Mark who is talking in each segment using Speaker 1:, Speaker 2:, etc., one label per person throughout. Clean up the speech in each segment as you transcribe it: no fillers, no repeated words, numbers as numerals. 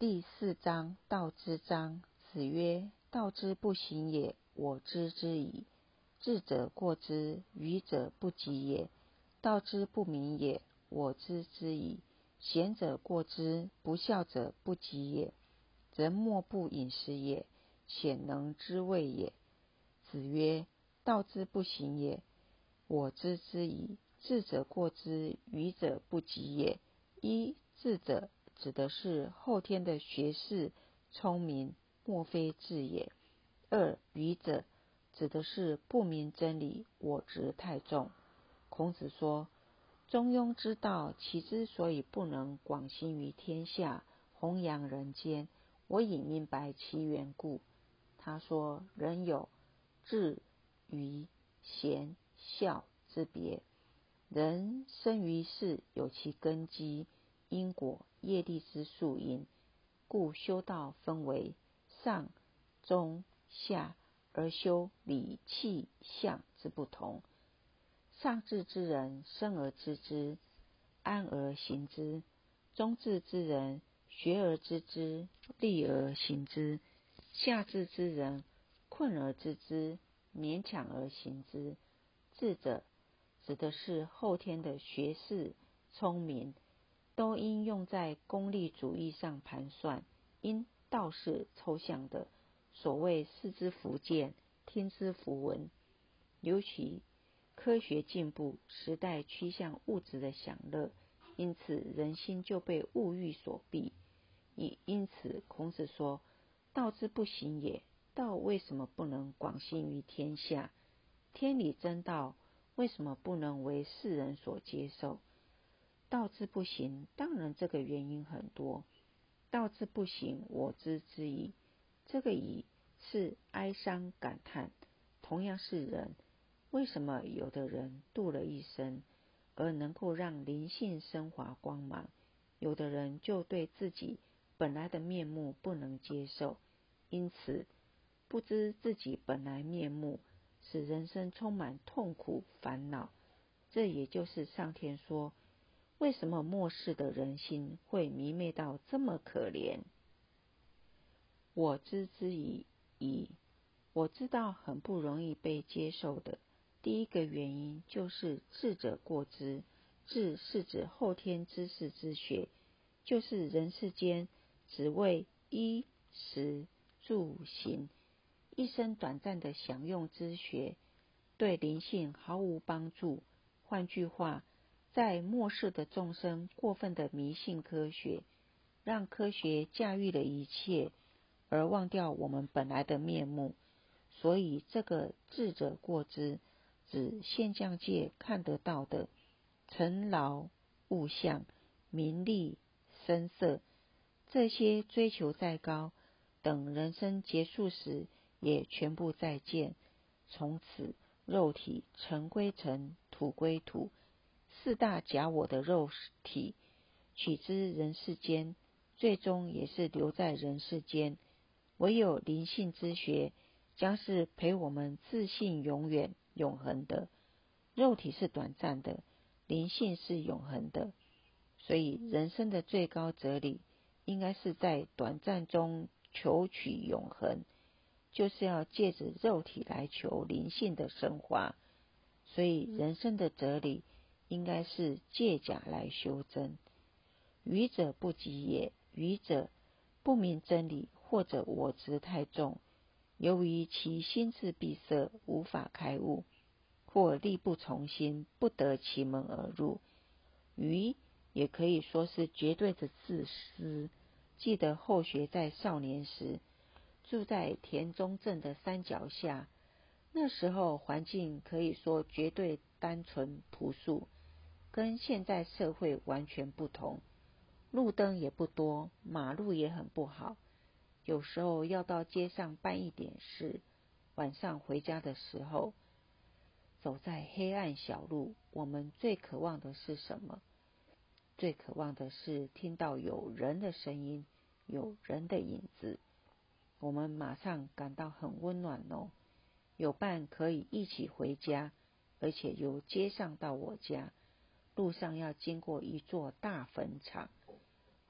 Speaker 1: 第4章道之章。子曰：道之不行也，我知之矣。智者过之，愚者不及也。道之不明也，我知之矣。贤者过之，不孝者不及也。人莫不饮食也，鲜能知味也。子曰：道之不行也，我知之矣。智者过之，愚者不及也。智者指的是后天的学识聪明，莫非智也。愚者指的是不明真理，我执太重。孔子说，中庸之道，其之所以不能广行于天下，弘扬人间，我已明白其缘故。他说，人有智、愚、贤、孝之别。人生于世，有其根基、因果、业力之素因，故修道分为上、中、下，而修理、气、象之不同。上智之人，生而知之，安而行之；中智之人，学而知之，立而行之；下智之人，困而知之，勉强而行之。智者指的是后天的学识聪明，都应用在功利主义上盘算，因道是抽象的，所谓视之弗见，听之弗闻。尤其科学进步，时代趋向物质的享乐，因此人心就被物欲所蔽。因此孔子说，道之不行也。道为什么不能广行于天下？天理真道为什么不能为世人所接受？道之不行，当然这个原因很多。道之不行，我知之矣。这个矣是哀伤感叹。同样是人，为什么有的人度了一生，而能够让灵性升华光芒，有的人就对自己本来的面目不能接受，因此不知自己本来面目，使人生充满痛苦烦恼。这也就是上天说，为什么末世的人心会迷昧到这么可怜？我知之矣。我知道很不容易被接受的。第一个原因就是智者过之。智是指后天知识之学，就是人世间只为衣食住行一生短暂的享用之学，对灵性毫无帮助。换句话，在末世的众生过分的迷信科学，让科学驾驭了一切，而忘掉我们本来的面目。所以这个智者过之，指现象界看得到的尘劳、物象、名利、声色，这些追求再高，等人生结束时也全部再见。从此肉体尘归尘，土归土，四大假我的肉体取之人世间，最终也是留在人世间。唯有灵性之学，将是陪我们自信永远永恒的。肉体是短暂的，灵性是永恒的。所以人生的最高哲理，应该是在短暂中求取永恒，就是要借着肉体来求灵性的升华。所以人生的哲理，应该是借假来修真。愚者不及也。愚者不明真理，或者我执太重，由于其心智闭塞，无法开悟，或力不从心，不得其门而入。愚也可以说是绝对的自私。记得后学在少年时，住在田中镇的山脚下，那时候环境可以说绝对单纯朴素，跟现在社会完全不同。路灯也不多，马路也很不好，有时候要到街上办一点事，晚上回家的时候，走在黑暗小路，我们最渴望的是什么？最渴望的是听到有人的声音，有人的影子，我们马上感到很温暖哦。有伴可以一起回家，而且由街上到我家，路上要经过一座大坟场，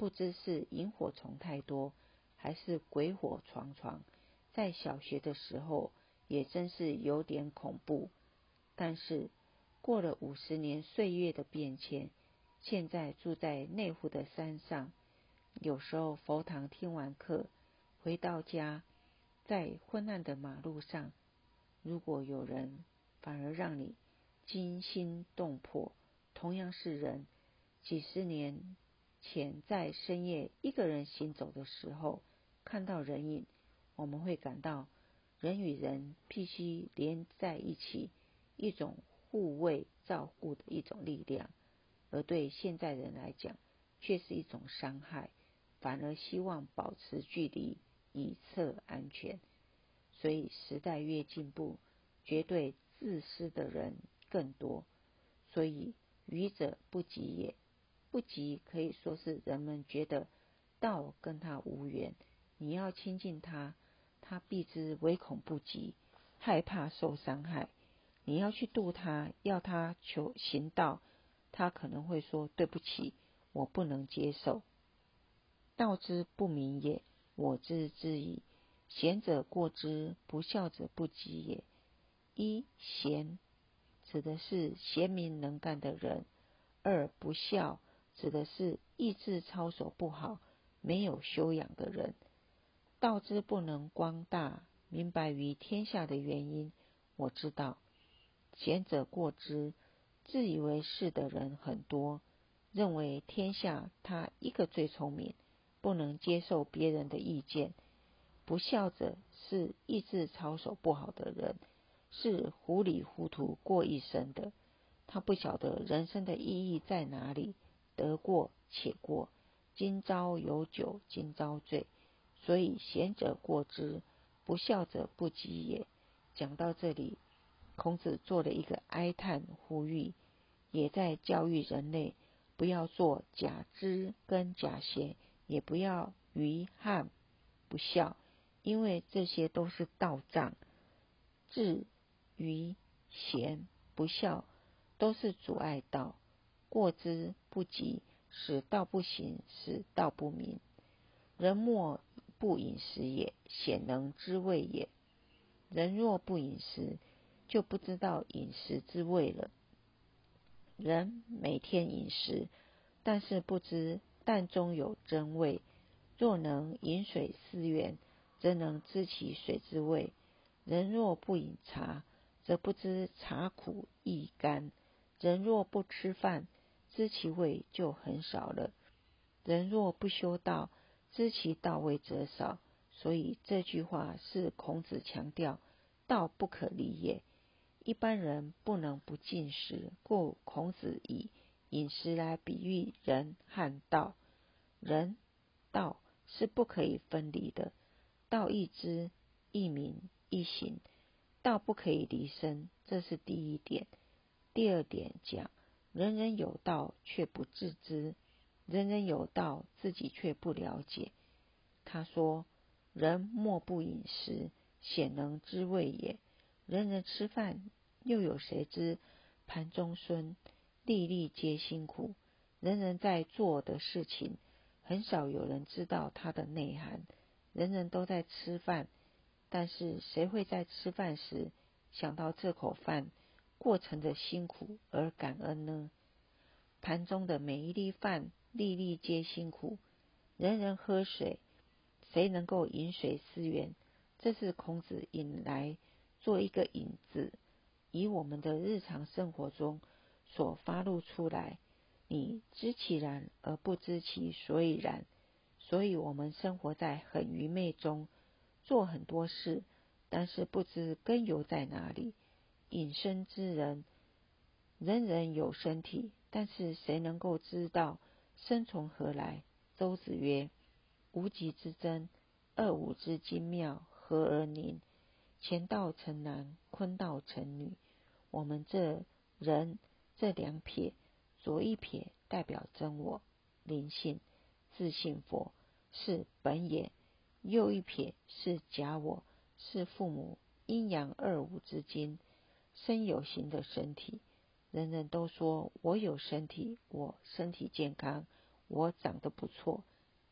Speaker 1: 不知是萤火虫太多，还是鬼火幢幢。在小学的时候，也真是有点恐怖。但是过了50年岁月的变迁，现在住在内湖的山上，有时候佛堂听完课，回到家，在昏暗的马路上，如果有人反而让你惊心动魄，同样是人，几十年前在深夜一个人行走的时候，看到人影，我们会感到人与人必须连在一起，一种互慰照顾的一种力量，而对现在人来讲，却是一种伤害，反而希望保持距离，以策安全。所以时代越进步，绝对自私的人更多。所以愚者不及也，不及可以说是人们觉得道跟他无缘，你要亲近他，他避之唯恐不及，害怕受伤害。你要去度他，要他求行道，他可能会说对不起，我不能接受。道之不明也，我知之矣。贤者过之，不孝者不及也。一贤指的是贤明能干的人，二不孝指的是意志操守不好、没有修养的人。道之不能光大，明白于天下的原因，我知道。贤者过之，自以为是的人很多，认为天下他一个最聪明，不能接受别人的意见。不孝者是意志操守不好的人，是糊里糊涂过一生的，他不晓得人生的意义在哪里，得过且过，今朝有酒今朝醉，所以贤者过之，不孝者不及也。讲到这里，孔子做了一个哀叹呼吁，也在教育人类不要做假知跟假贤，也不要愚汉不孝，因为这些都是道障。智、愚、贤、不孝都是阻碍道，过之不及，使道不行，使道不明。人莫不饮食也，鲜能知味也。人若不饮食，就不知道饮食之味了。人每天饮食，但是不知淡中有真味。若能饮水思源，则能知其水之味。人若不饮茶，则不知茶苦易甘。人若不吃饭，知其味就很少了。人若不修道，知其道味则少。所以这句话是孔子强调道不可离也。一般人不能不进食，故孔子以饮食来比喻人和道。人、道是不可以分离的，道一知、一明、一行，道不可以离身，这是第一点。第二点讲，人人有道却不自知，人人有道自己却不了解。他说，人莫不饮食，鲜能知味也。人人吃饭，又有谁知盘中飧，粒粒皆辛苦。人人在做的事情，很少有人知道它的内涵。人人都在吃饭，但是谁会在吃饭时想到这口饭过程的辛苦而感恩呢？盘中的每一粒饭，粒粒皆辛苦。人人喝水，谁能够饮水思源？这是孔子引来做一个引子，以我们的日常生活中所发露出来，你知其然而不知其所以然。所以我们生活在很愚昧中，做很多事，但是不知根由在哪里。隐身之人，人人有身体，但是谁能够知道生从何来？周子曰：无极之真，二五之精妙，合而凝。乾道成男，坤道成女。我们这人这两撇，左一撇代表真我、灵性、自性佛，是本也；右一撇是假我，是父母阴阳二五之精，身有形的身体。人人都说我有身体，我身体健康，我长得不错，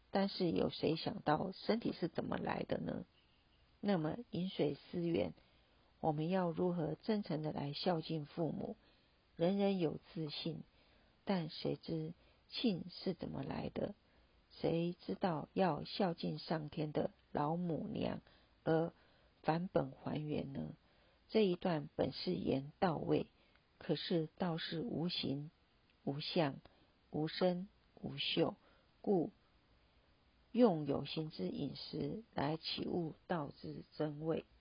Speaker 1: 但是有谁想到身体是怎么来的呢？那么饮水思源，我们要如何真诚的来孝敬父母？人人有自信，但谁知庆是怎么来的？谁知道要孝敬上天的老母娘而返本还原呢？这一段本是言道位，可是道是无形无相无声无嗅，故用有形之饮食来启悟道之真味。